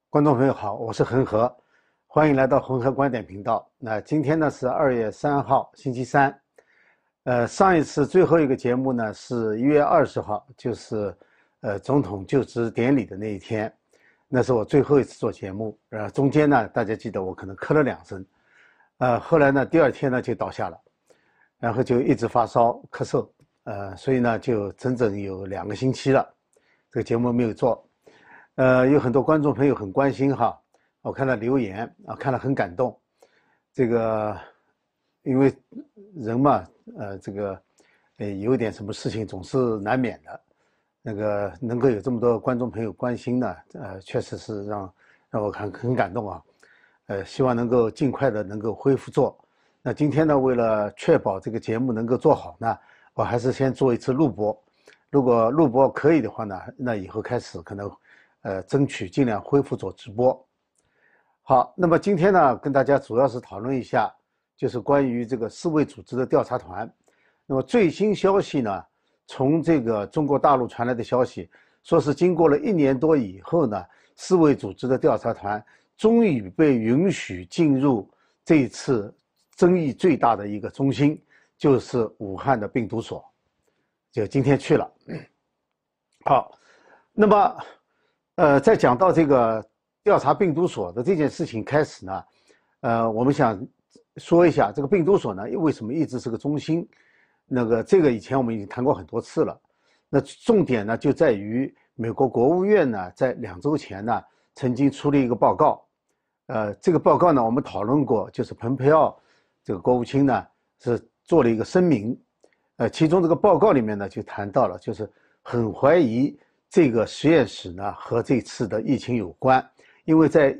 观众朋友好，我是恒河，欢迎来到恒河观点频道。那今天呢是2月3号，星期三。上一次最后一个节目呢是1月20号，就是总统就职典礼的那一天，那是我最后一次做节目。中间呢大家记得我可能咳了2声，后来呢第2天呢就倒下了，然后就一直发烧咳嗽，所以呢就整整有2个星期了，这个节目没有做。有很多观众朋友很关心哈，我看到留言啊，看了很感动。这个因为人嘛，有点什么事情总是难免的。那个能够有这么多观众朋友关心呢，确实是让我很感动啊。希望能够尽快的能够恢复做。那今天呢，为了确保这个节目能够做好呢，我还是先做一次录播。如果录播可以的话呢，那以后开始可能。争取尽量恢复做直播。好，那么今天呢，跟大家主要是讨论一下，就是关于这个世卫组织的调查团。那么最新消息呢，从这个中国大陆传来的消息，说是经过了1年多以后呢，世卫组织的调查团终于被允许进入这一次争议最大的一个中心，就是武汉的病毒所，就今天去了。好，那么。在讲到这个调查病毒所的这件事情开始呢，我们想说一下这个病毒所呢为什么一直是个中心。这个以前我们已经谈过很多次了。那重点呢就在于美国国务院呢在2周前呢曾经出了一个报告，这个报告呢我们讨论过，就是蓬佩奥这个国务卿呢是做了一个声明，其中这个报告里面呢就谈到了，就是很怀疑。这个实验室呢和这次的疫情有关，因为在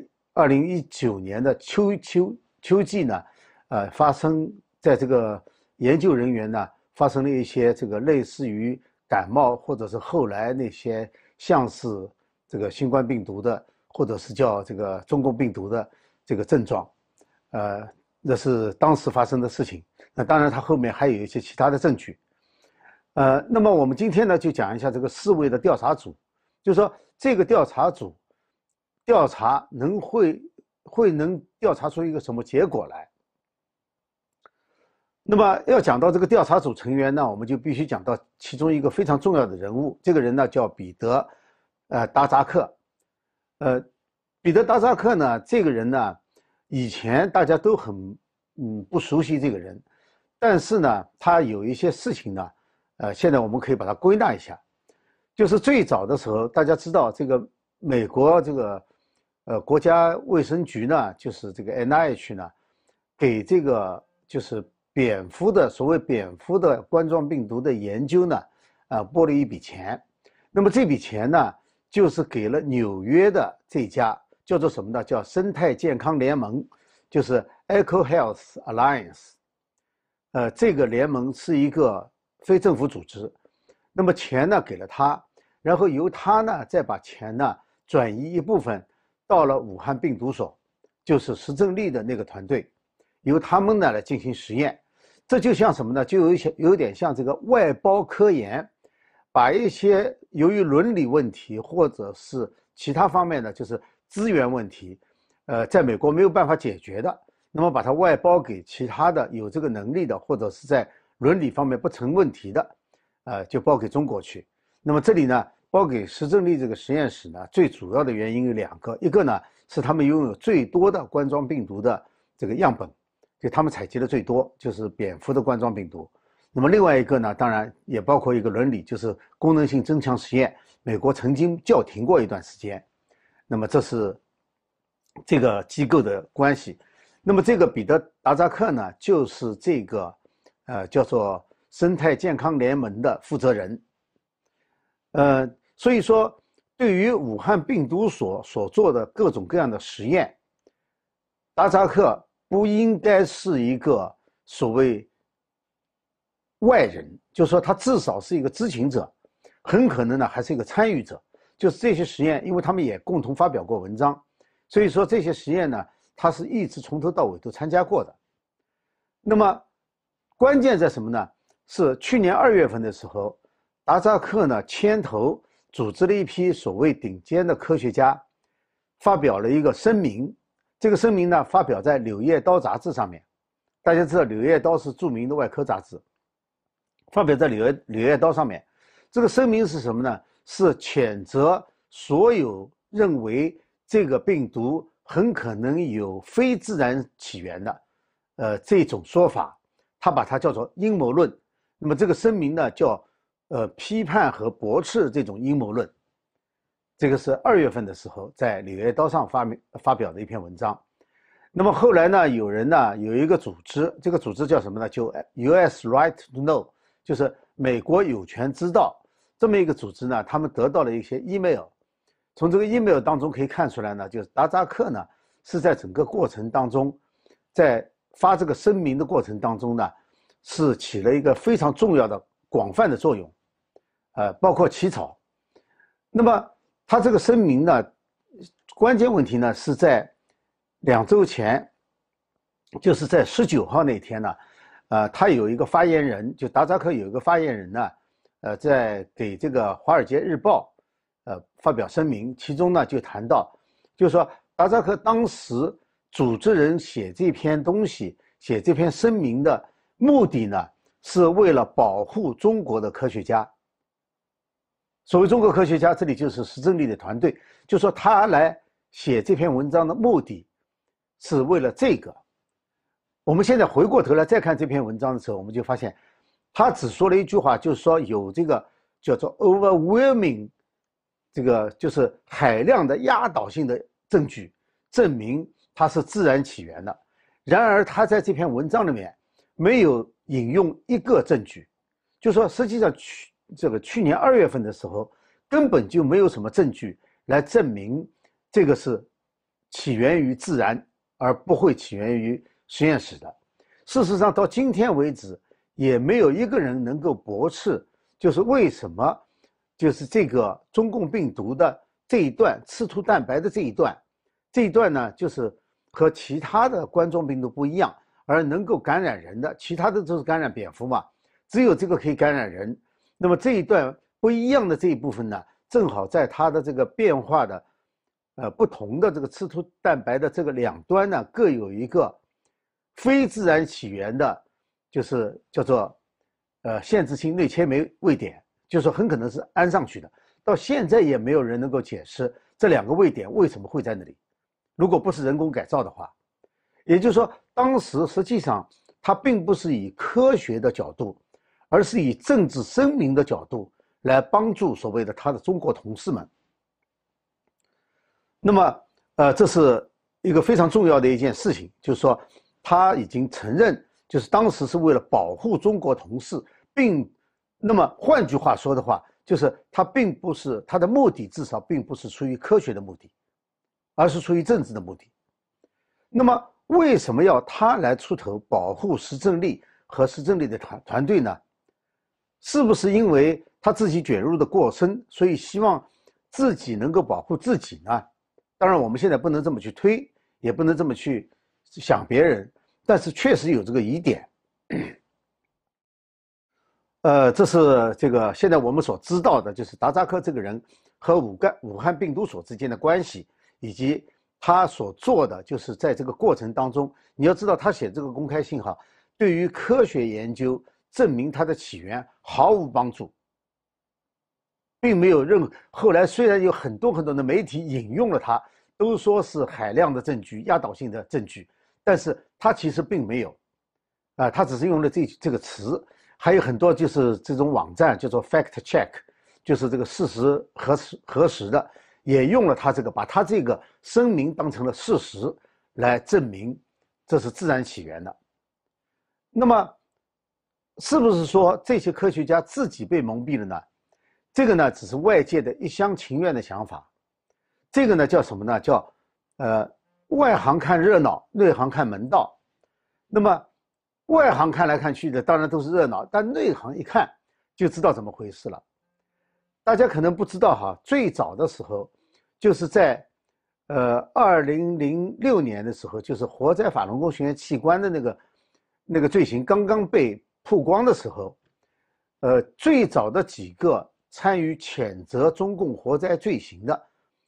2019年的秋季呢，发生在这个研究人员呢发生了一些这个类似于感冒或者是后来那些像是这个新冠病毒的，或者是叫这个中共病毒的这个症状，那是当时发生的事情。那当然它后面还有一些其他的证据。那么我们今天呢就讲一下这个世卫的调查组，就是说这个调查组调查能调查出一个什么结果来。那么要讲到这个调查组成员呢，我们就必须讲到其中一个非常重要的人物，这个人呢叫彼得达扎克。彼得达扎克呢，这个人呢以前大家都很不熟悉这个人，但是呢他有一些事情呢现在我们可以把它归纳一下，就是最早的时候，大家知道这个美国这个国家卫生局呢，就是这个 NIH 呢，给这个就是所谓蝙蝠的冠状病毒的研究呢，拨了一笔钱。那么这笔钱呢，就是给了纽约的这家叫做什么呢？叫生态健康联盟，就是 EcoHealth Alliance。这个联盟是一个非政府组织，那么钱呢给了他，然后由他呢再把钱呢转移一部分到了武汉病毒所，就是石正丽的那个团队，由他们呢来进行实验。这就像什么呢？就有点像这个外包科研，把一些由于伦理问题或者是其他方面的就是资源问题，在美国没有办法解决的，那么把它外包给其他的有这个能力的，或者是在伦理方面不成问题的，就包给中国去。那么这里呢，包给石正丽这个实验室呢，最主要的原因有2个，一个呢是他们拥有最多的冠状病毒的这个样本，就他们采集的最多，就是蝙蝠的冠状病毒。那么另外一个呢，当然也包括一个伦理，就是功能性增强实验，美国曾经叫停过一段时间。那么这是这个机构的关系。那么这个彼得达扎克呢，就是这个叫做生态健康联盟的负责人。所以说对于武汉病毒所做的各种各样的实验，达扎克不应该是一个所谓外人，就是说他至少是一个知情者，很可能呢还是一个参与者。就是这些实验，因为他们也共同发表过文章，所以说这些实验呢他是一直从头到尾都参加过的。那么关键在什么呢？是去年2月份的时候，达扎克呢牵头组织了一批所谓顶尖的科学家， 发表了一个声明，这个声明呢发表在《柳叶刀》杂志上面。大家知道《柳叶刀》是著名的外科杂志，发表在柳叶刀上面。这个声明是什么呢？是谴责所有认为这个病毒很可能有非自然起源的，这种说法，他把它叫做阴谋论。那么这个声明呢，叫批判和驳斥这种阴谋论。这个是2月份的时候在《柳叶刀》上发表的一篇文章。那么后来呢，有一个组织，这个组织叫什么呢？就 US Right to Know， 就是美国有权知道这么一个组织呢，他们得到了一些 email。从这个 email 当中可以看出来呢，就是达扎克呢是在整个过程当中，在发这个声明的过程当中呢，是起了一个非常重要的广泛的作用，包括起草。那么他这个声明呢，关键问题呢是在2周前，就是在19号那天呢，他有一个发言人，就达扎克有一个发言人呢，在给这个《华尔街日报》发表声明，其中呢就谈到，就是说达扎克当时组织人写这篇东西、写这篇声明的目的呢，是为了保护中国的科学家。所谓中国科学家，这里就是石正丽的团队，就说他来写这篇文章的目的是为了这个。我们现在回过头来再看这篇文章的时候，我们就发现他只说了一句话，就是说有这个叫做 overwhelming， 这个就是海量的压倒性的证据证明它是自然起源的。然而他在这篇文章里面没有引用一个证据，就说实际上去年2月份的时候根本就没有什么证据来证明这个是起源于自然而不会起源于实验室的。事实上到今天为止也没有一个人能够驳斥，就是为什么就是这个中共病毒的这一段刺突蛋白的这一段呢，就是和其他的冠状病毒不一样，而能够感染人的，其他的都是感染蝙蝠嘛，只有这个可以感染人。那么这一段不一样的这一部分呢，正好在它的这个变化的不同的这个刺突蛋白的这个两端呢，各有一个非自然起源的，就是叫做限制性内切酶位点，就是说很可能是安上去的。到现在也没有人能够解释这2个位点为什么会在那里，如果不是人工改造的话。也就是说当时实际上它并不是以科学的角度，而是以政治声明的角度来帮助所谓的他的中国同事们。那么这是一个非常重要的一件事情，就是说他已经承认，就是当时是为了保护中国同事，那么换句话说的话，就是他并不是他的目的，至少并不是出于科学的目的，而是出于政治的目的。那么为什么要他来出头保护石正丽和石正丽的团队呢？是不是因为他自己卷入的过深，所以希望自己能够保护自己呢？当然我们现在不能这么去推，也不能这么去想别人，但是确实有这个疑点。这是这个现在我们所知道的，就是达扎克这个人和武汉病毒所之间的关系，以及他所做的，就是在这个过程当中，你要知道他写这个公开信哈，对于科学研究证明它的起源毫无帮助，并没有后来虽然有很多的媒体引用了它，都说是海量的证据、压倒性的证据，但是它其实并没有，它只是用了这个词。还有很多就是这种网站叫做 fact check， 就是这个事实核实的，也用了它这个，把它这个声明当成了事实来证明这是自然起源的。那么是不是说这些科学家自己被蒙蔽了呢？这个呢只是外界的一厢情愿的想法。这个呢叫什么呢？叫外行看热闹，内行看门道。那么外行看来看去的当然都是热闹，但内行一看就知道怎么回事了。大家可能不知道哈，最早的时候就是在2006年的时候，就是活摘法轮功学员器官的那个罪行刚刚被曝光的时候，最早的几个参与谴责中共活摘罪行的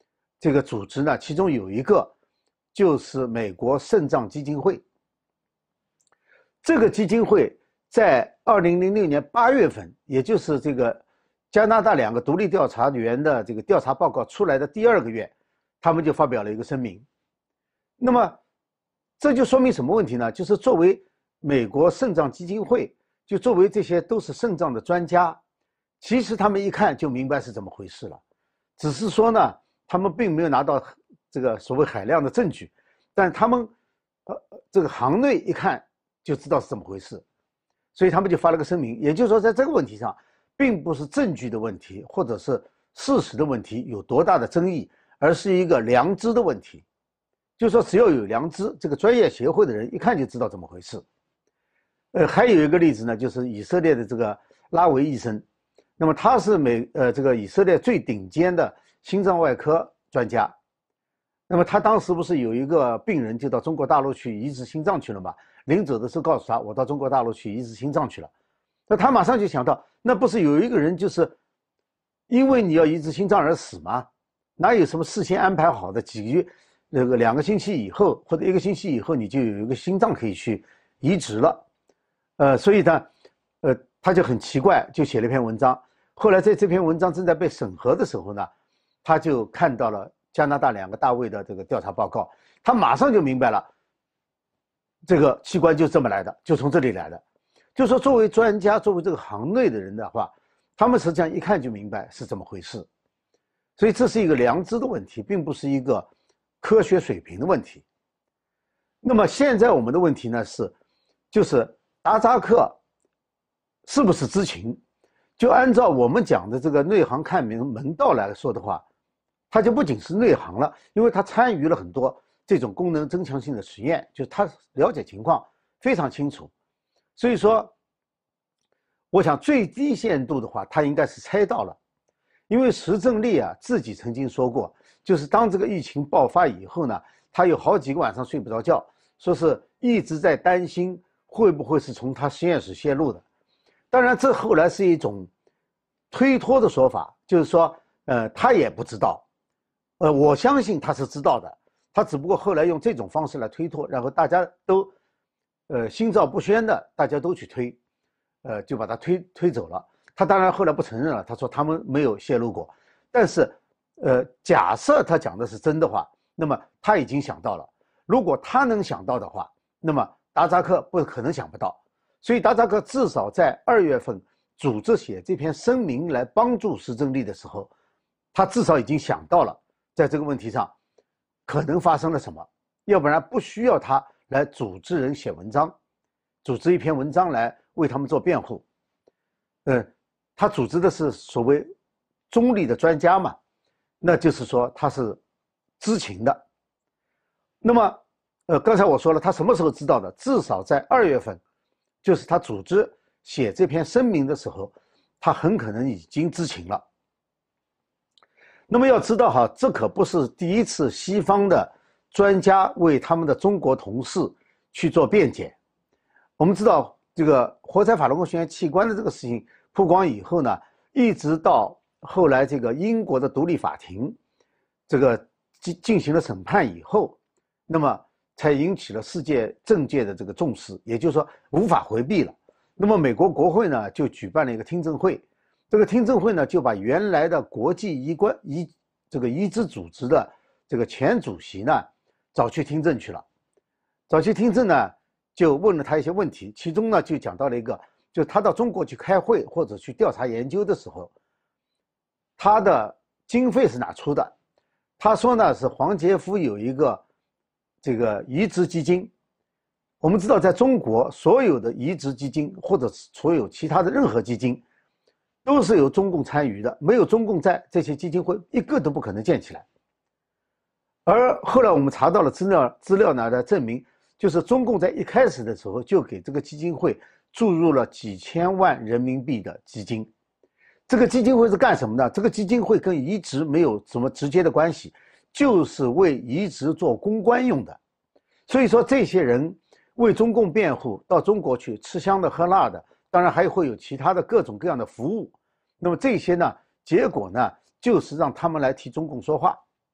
这个组织呢，其中有一个就是美国肾脏基金会。这个基金会在2006年8月份，也就是这个加拿大2个独立调查员的这个调查报告出来的第2个月，他们就发表了一个声明。那么这就说明什么问题呢？就是作为美国肾脏基金会，就作为这些都是肾脏的专家，其实他们一看就明白是怎么回事了，只是说呢，他们并没有拿到这个所谓海量的证据，但他们这个行内一看就知道是怎么回事，所以他们就发了个声明。也就是说，在这个问题上，并不是证据的问题或者是事实的问题有多大的争议，而是一个良知的问题。就是说，只要有良知，这个专业协会的人一看就知道怎么回事。还有一个例子呢，就是以色列的这个拉维医生，那么他是这个以色列最顶尖的心脏外科专家。那么他当时不是有一个病人就到中国大陆去移植心脏去了吗？临走的时候告诉他，我到中国大陆去移植心脏去了。那他马上就想到，那不是有一个人就是因为你要移植心脏而死吗？哪有什么事先安排好的2个星期以后或者1个星期以后你就有一个心脏可以去移植了？所以呢，他就很奇怪，就写了一篇文章。后来在这篇文章正在被审核的时候呢，他就看到了加拿大2个大卫的这个调查报告，他马上就明白了，这个器官就这么来的，就从这里来的。就说作为专家，作为这个行内的人的话，他们实际上一看就明白是怎么回事。所以这是一个良知的问题，并不是一个科学水平的问题。那么现在我们的问题呢就是达扎克是不是知情？就按照我们讲的这个内行看门道来说的话，他就不仅是内行了，因为他参与了很多这种功能增强性的实验，就是他了解情况非常清楚。所以说，我想最低限度的话，他应该是猜到了，因为石正丽自己曾经说过，就是当这个疫情爆发以后呢，他有好几个晚上睡不着觉，说是一直在担心会不会是从他实验室泄露的。当然，这后来是一种推脱的说法，就是说，他也不知道，我相信他是知道的，他只不过后来用这种方式来推脱，然后大家都，心照不宣的，大家都去推，就把他推走了。他当然后来不承认了，他说他们没有泄露过。但是，假设他讲的是真的话，那么他已经想到了。如果他能想到的话，那么达扎克不可能想不到。所以达扎克至少在2月份组织写这篇声明来帮助石正丽的时候，他至少已经想到了在这个问题上可能发生了什么，要不然不需要他来组织人写文章，组织一篇文章来为他们做辩护。他组织的是所谓中立的专家嘛，那就是说他是知情的。那么，刚才我说了，他什么时候知道的？至少在2月份，就是他组织写这篇声明的时候，他很可能已经知情了。那么要知道哈，这可不是第一次西方的专家为他们的中国同事去做辩解。我们知道这个活塞法轮功学员器官的这个事情曝光以后呢，一直到后来这个英国的独立法庭这个进行了审判以后，那么才引起了世界政界的这个重视，也就是说无法回避了。那么美国国会呢就举办了一个听证会，这个听证会呢就把原来的国际移植组织的这个前主席呢找去听证去了。找去听证呢就问了他一些问题，其中呢就讲到了一个，就他到中国去开会或者去调查研究的时候，他的经费是哪出的？他说呢是黄杰夫有一个这个移植基金。我们知道在中国所有的移植基金或者所有其他的任何基金都是由中共参与的，没有中共在，这些基金会一个都不可能建起来。而后来我们查到了资料呢来证明，就是中共在一开始的时候就给这个基金会注入了几千万人民币的基金。这个基金会是干什么的？这个基金会跟移植没有什么直接的关系，就是为移植做公关用的。所以说这些人为中共辩护，到中国去吃香的喝辣的，当然还会有其他的各种各样的服务。那么这些呢，结果呢就是让他们来替中共说话。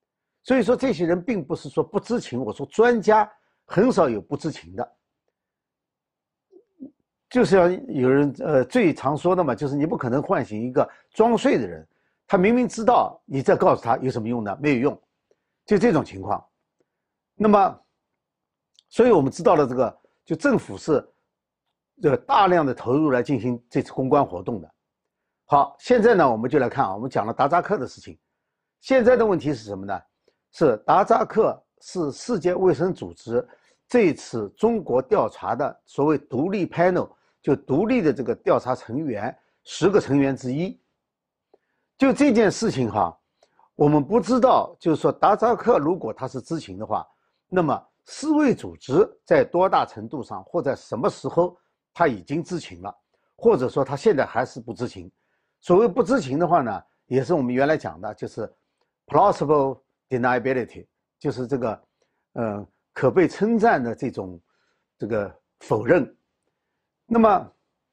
所以说这些人并不是说不知情，我说专家很少有不知情的，就是要有人最常说的嘛，就是你不可能唤醒一个装睡的人，他明明知道你再告诉他有什么用呢？没有用，就这种情况。那么，所以我们知道了这个，就政府是大量的投入来进行这次公关活动的。好，现在呢我们就来看啊，我们讲了达扎克的事情，现在的问题是什么呢？是达扎克是世界卫生组织这次中国调查的所谓独立 panel， 就独立的这个调查成员10个成员之一。就这件事情哈，我们不知道，就是说达扎克如果他是知情的话，那么世卫组织在多大程度上或在什么时候他已经知情了，或者说他现在还是不知情。所谓不知情的话呢，也是我们原来讲的，就是 plausible deniability， 就是这个可被称赞的这种这个否认。那么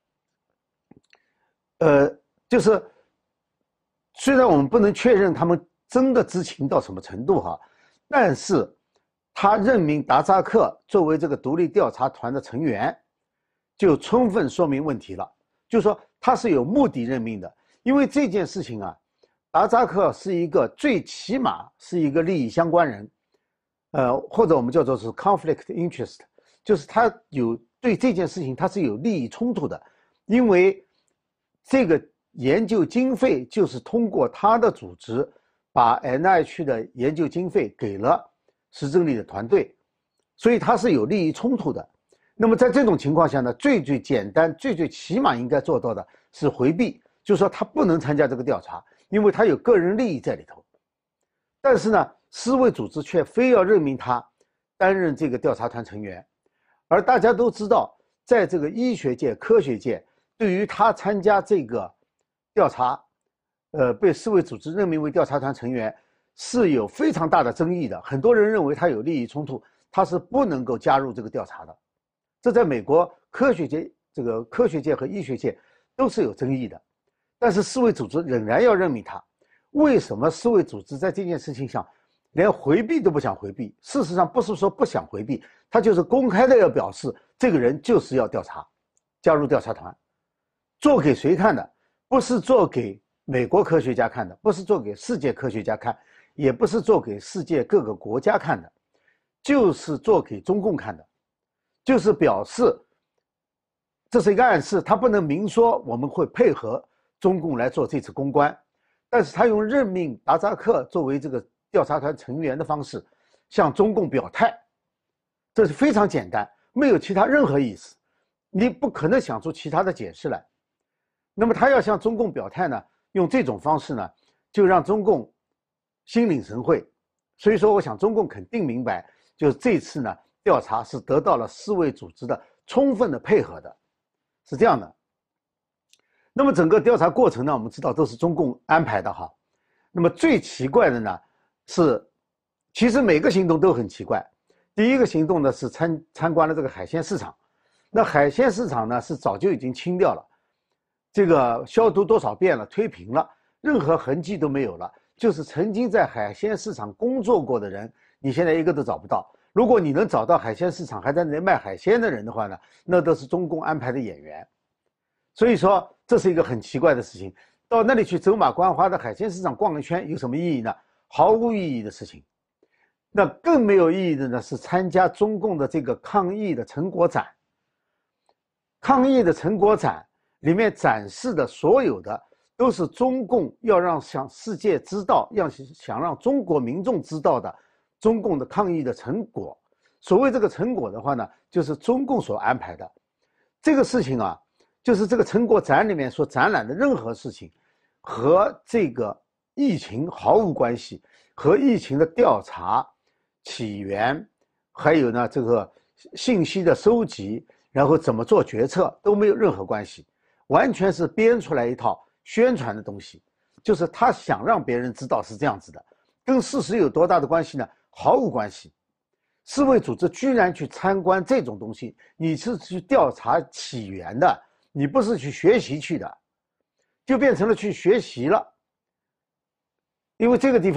就是虽然我们不能确认他们真的知情到什么程度哈，但是他任命达扎克作为这个独立调查团的成员，就充分说明问题了。就是说他是有目的任命的，因为这件事情啊，达扎克是一个最起码是一个利益相关人，或者我们叫做是 conflict interest， 就是他有对这件事情他是有利益冲突的，因为这个研究经费就是通过他的组织把 NIH 的研究经费给了石正丽的团队，所以他是有利益冲突的。那么在这种情况下呢，最简单、最起码应该做到的是回避，就是说他不能参加这个调查，因为他有个人利益在里头。但是呢，世卫组织却非要任命他担任这个调查团成员，而大家都知道，在这个医学界、科学界，对于他参加这个调查，被世卫组织任命为调查团成员是有非常大的争议的。很多人认为他有利益冲突，他是不能够加入这个调查的。这在美国科学界和医学界都是有争议的，但是世卫组织仍然要任命他。为什么世卫组织在这件事情上连回避都不想回避？事实上不是说不想回避，他就是公开的要表示这个人就是要调查，加入调查团。做给谁看的？不是做给美国科学家看的，不是做给世界科学家看，也不是做给世界各个国家看的，就是做给中共看的。就是表示这是一个暗示，他不能明说我们会配合中共来做这次公关，但是他用任命达扎克作为这个调查团成员的方式向中共表态，这是非常简单，没有其他任何意思，你不可能想出其他的解释来。那么他要向中共表态呢，用这种方式呢，就让中共心领神会。所以说我想中共肯定明白，就是这次呢调查是得到了世卫组织的充分的配合的，是这样的。那么整个调查过程呢，我们知道都是中共安排的哈。那么最奇怪的呢是，其实每个行动都很奇怪。第一个行动呢是参观了这个海鲜市场，那海鲜市场呢是早就已经清掉了，这个消毒多少遍了，推平了，任何痕迹都没有了，就是曾经在海鲜市场工作过的人，你现在一个都找不到。如果你能找到海鲜市场还在那里卖海鲜的人的话呢，那都是中共安排的演员。所以说这是一个很奇怪的事情，到那里去走马观花的海鲜市场逛一圈有什么意义呢？毫无意义的事情。那更没有意义的呢是参加中共的这个抗疫的成果展。抗疫的成果展里面展示的所有的都是中共要向世界知道，想让中国民众知道的中共的抗疫的成果。所谓这个成果的话呢，就是中共所安排的。这个事情啊，就是这个成果展里面所展览的任何事情和这个疫情毫无关系，和疫情的调查起源，还有呢这个信息的收集，然后怎么做决策都没有任何关系，完全是编出来一套宣传的东西，就是他想让别人知道是这样子的，跟事实有多大的关系呢？毫无关系。世卫组织居然去参观这种东西，你是去调查起源的，你不是去学习去的，就变成了去学习了。因为这个地方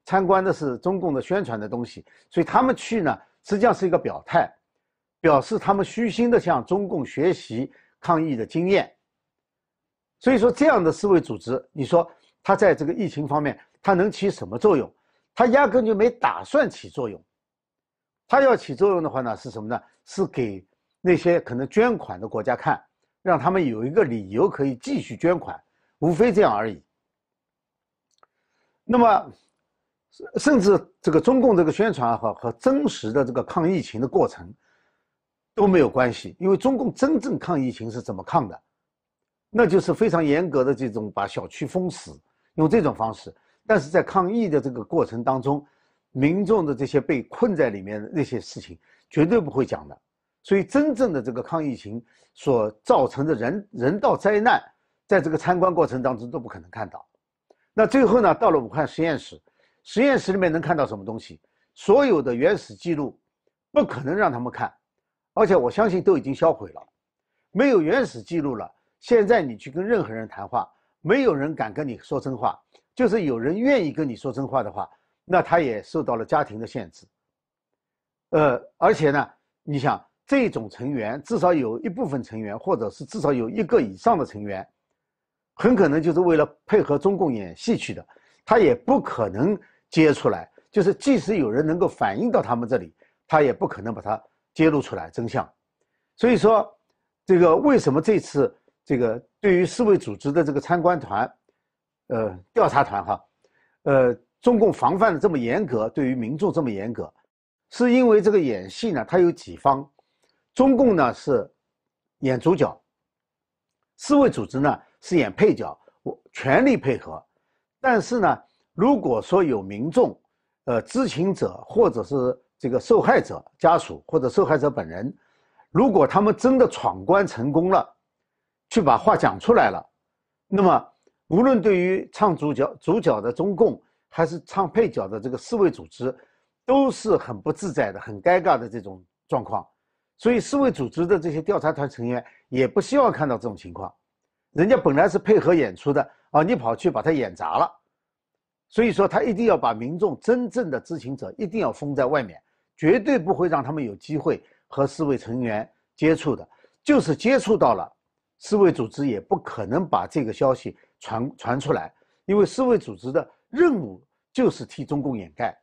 参观的是中共的宣传的东西，所以他们去呢，实际上是一个表态，表示他们虚心的向中共学习抗疫的经验。所以说，这样的世卫组织，你说它在这个疫情方面，它能起什么作用？它压根就没打算起作用。它要起作用的话呢，是什么呢？是给那些可能捐款的国家看，让他们有一个理由可以继续捐款，无非这样而已。那么，甚至这个中共这个宣传和真实的这个抗疫情的过程都没有关系，因为中共真正抗疫情是怎么抗的？那就是非常严格的这种把小区封死，用这种方式。但是在抗疫的这个过程当中，民众的这些被困在里面的那些事情绝对不会讲的。所以真正的这个抗疫情所造成的人道灾难，在这个参观过程当中都不可能看到。那最后呢，到了武汉实验室，实验室里面能看到什么东西？所有的原始记录不可能让他们看，而且我相信都已经销毁了，没有原始记录了。现在你去跟任何人谈话，没有人敢跟你说真话，就是有人愿意跟你说真话的话，那他也受到了家庭的限制。而且呢，你想这种成员至少有一部分成员，或者是至少有一个以上的成员，很可能就是为了配合中共演戏去的，他也不可能揭出来。就是即使有人能够反映到他们这里，他也不可能把它揭露出来真相。所以说，这个为什么这次这个对于世卫组织的这个参观团，调查团哈，中共防范的这么严格，对于民众这么严格，是因为这个演戏呢，它有几方，中共呢是演主角，世卫组织呢是演配角，全力配合。但是呢，如果说有民众，知情者或者是这个受害者家属或者受害者本人，如果他们真的闯关成功了，去把话讲出来了，那么无论对于唱主角的中共，还是唱配角的这个世卫组织，都是很不自在的、很尴尬的这种状况。所以世卫组织的这些调查团成员也不希望看到这种情况，人家本来是配合演出的啊，你跑去把它演砸了。所以说他一定要把民众真正的知情者一定要封在外面，绝对不会让他们有机会和世卫成员接触的。就是接触到了，世卫组织也不可能把这个消息传出来，因为世卫组织的任务就是替中共掩盖。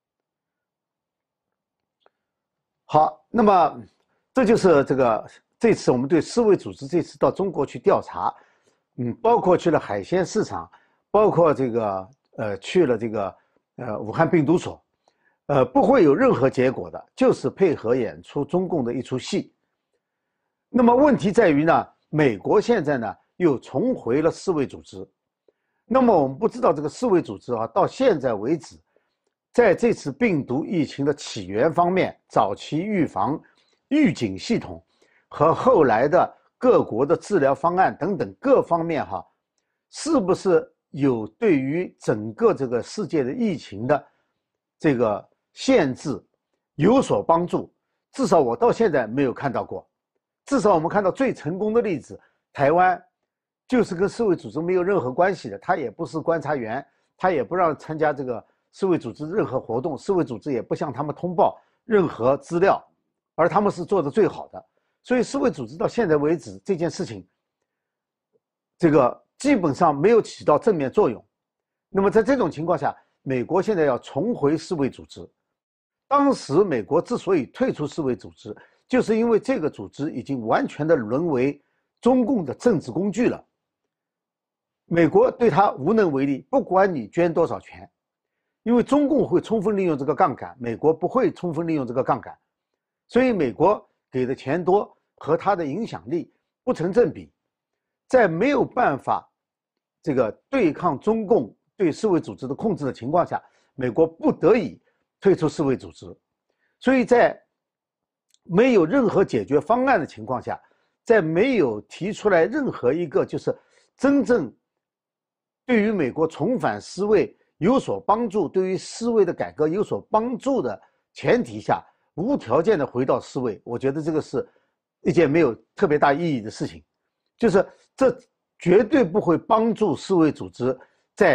好，那么这就是这次我们对世卫组织这次到中国去调查，包括去了海鲜市场，包括去了武汉病毒所，不会有任何结果的，就是配合演出中共的一出戏。那么问题在于呢，美国现在呢又重回了世卫组织。那么我们不知道这个世卫组织啊，到现在为止，在这次病毒疫情的起源方面，早期预防、预警系统和后来的各国的治疗方案等等各方面哈，是不是有对于整个这个世界的疫情的这个限制有所帮助？至少我到现在没有看到过。至少我们看到最成功的例子，台湾就是跟世卫组织没有任何关系的，他也不是观察员，他也不让参加这个世卫组织任何活动，世卫组织也不向他们通报任何资料，而他们是做的最好的。所以世卫组织到现在为止这件事情，基本上没有起到正面作用。那么在这种情况下，美国现在要重回世卫组织。当时美国之所以退出世卫组织，就是因为这个组织已经完全的沦为中共的政治工具了。美国对他无能为力，不管你捐多少钱，因为中共会充分利用这个杠杆，美国不会充分利用这个杠杆，所以美国给的钱多和他的影响力不成正比。在没有办法对抗中共对世卫组织的控制的情况下，美国不得已退出世卫组织。所以在没有任何解决方案的情况下，在没有提出来任何一个就是真正对于美国重返世卫有所帮助，对于世卫的改革有所帮助的前提下，无条件的回到世卫，我觉得这个是一件没有特别大意义的事情。就是这绝对不会帮助世卫组织在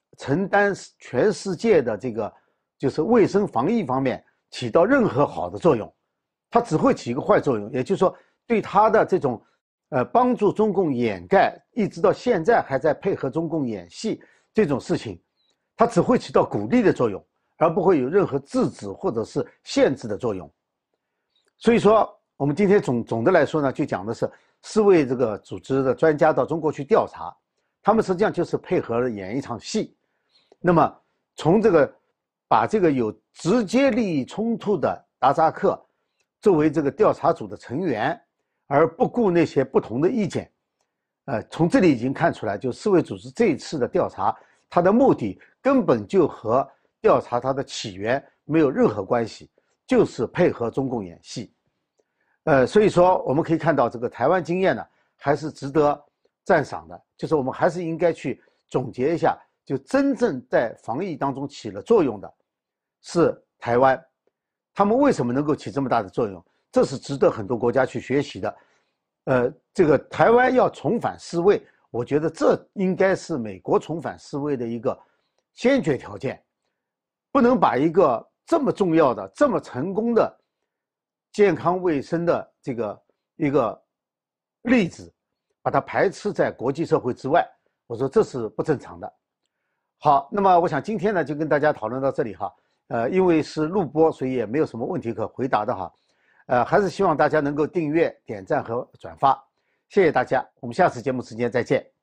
承担全世界的这个就是卫生防疫方面起到任何好的作用，它只会起一个坏作用。也就是说，对它的这种帮助中共掩盖，一直到现在还在配合中共演戏这种事情，它只会起到鼓励的作用，而不会有任何制止或者是限制的作用。所以说，我们今天总的来说呢，就讲的是世卫这个组织的专家到中国去调查，他们实际上就是配合演一场戏。那么从这个把这个有直接利益冲突的达扎克作为这个调查组的成员，而不顾那些不同的意见，从这里已经看出来，就世卫组织这一次的调查，它的目的根本就和调查它的起源没有任何关系，就是配合中共演戏。所以说我们可以看到这个台湾经验呢，还是值得赞赏的，就是我们还是应该去总结一下，就真正在防疫当中起了作用的是台湾，他们为什么能够起这么大的作用？这是值得很多国家去学习的。这个台湾要重返世卫，我觉得这应该是美国重返世卫的一个先决条件，不能把一个这么重要的、这么成功的健康卫生的这个一个例子，把它排斥在国际社会之外，我说这是不正常的。好，那么我想今天呢就跟大家讨论到这里哈，因为是录播，所以也没有什么问题可回答的哈，还是希望大家能够订阅、点赞和转发，谢谢大家，我们下次节目时间再见。